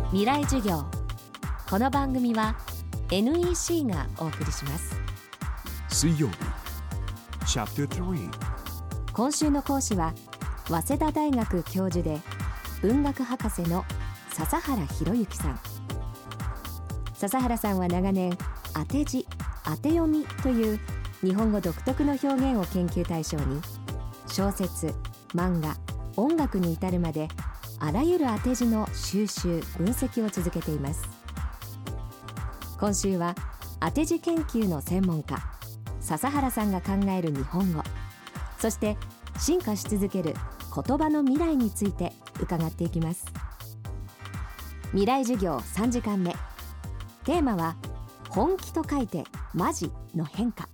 未来授業。この番組は NEC がお送りします。 水曜日チャプター3。 今週の講師は早稲田大学教授で文学博士の笹原宏之さん。笹原さんは長年当て字、当て読みという日本語独特の表現を研究対象に、小説、漫画、音楽に至るまであらゆる当て字の収集・分析を続けています。今週は当て字研究の専門家笹原さんが考える日本語、そして進化し続ける言葉の未来について伺っていきます。未来授業3時間目、テーマは本気と書いてマジの変化。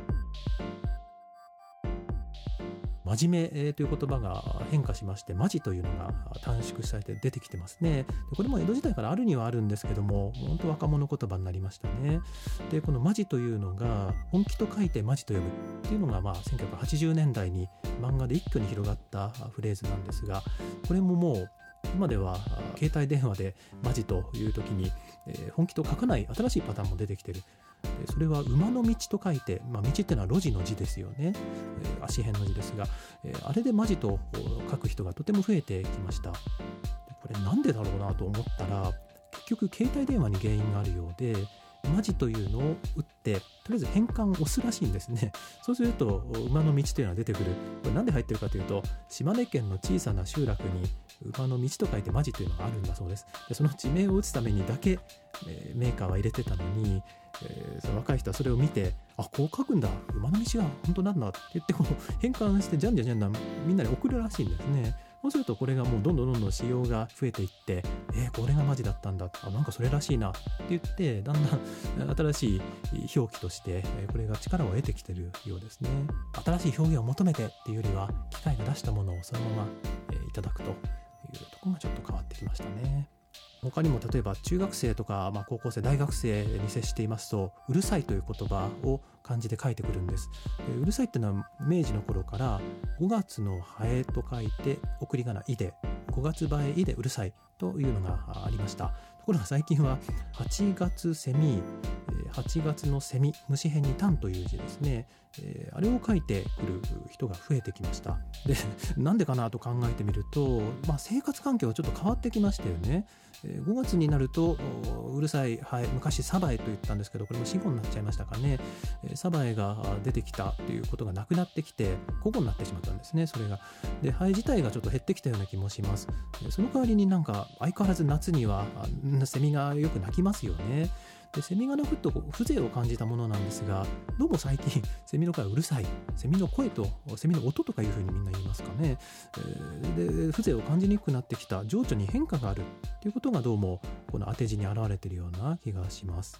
真面目という言葉が変化しまして、マジというのが短縮されて出てきてますね。でこれも江戸時代からあるにはあるんですけども、本当若者言葉になりましたね。でこのマジというのが本気と書いてマジと読むっていうのが、1980年代に漫画で一挙に広がったフレーズなんですが、これももう今では携帯電話でマジという時に、本気と書かない新しいパターンも出てきてる。それは馬の道と書いて、道っていうのは路地の字ですよね、足辺の字ですが、あれでマジと書く人がとても増えてきました。これなんでだろうなと思ったら、結局携帯電話に原因があるようで、マジというのを打ってとりあえず変換を押すらしいんですね。そうすると馬の道というのは出てくる。これなんで入ってるかというと、島根県の小さな集落に馬の道と書いてマジというのがあるんだそうです。でその地名を打つためにだけ、メーカーは入れてたのに、その若い人はそれを見て、こう書くんだ、馬の道が本当なんだって言って変換してじゃんじゃんみんなに送るらしいんですね。そうするとこれがもうどんどん使用が増えていって、これがマジだったんだ、なんかそれらしいなって言って、だんだん新しい表記としてこれが力を得てきているようですね。新しい表現を求めてっていうよりは、機械が出したものをそのままいただくというところがちょっと変わってきましたね。他にも例えば中学生とか、高校生、大学生に接していますと、うるさいという言葉を漢字で書いてくるんです。うるさいっていうのは明治の頃から5月のハエと書いて送り仮名いで、5月ハエいでうるさいというのがありました。ところが最近は8月セミ、8月のセミ、虫辺に単という字ですね、あれを書いてくる人が増えてきました。でなんでかなと考えてみると、生活環境がちょっと変わってきましたよね。5月になるとうるさいハエ、昔サバエと言ったんですけど、これも死語になっちゃいましたかね。サバエが出てきたということがなくなってきて古語になってしまったんですね。それがで、ハエ自体がちょっと減ってきたような気もします。その代わりに相変わらず夏にはセミがよく鳴きますよね。でセミが鳴くと風情を感じたものなんですが、どうも最近セミの声はうるさい、セミの声とセミの音とかいうふうにみんな言いますかね。で風情を感じにくくなってきた、情緒に変化があるということがどうもこの当て字に表れているような気がします。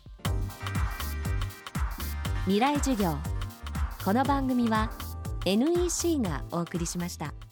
未来授業。この番組は NEC がお送りしました。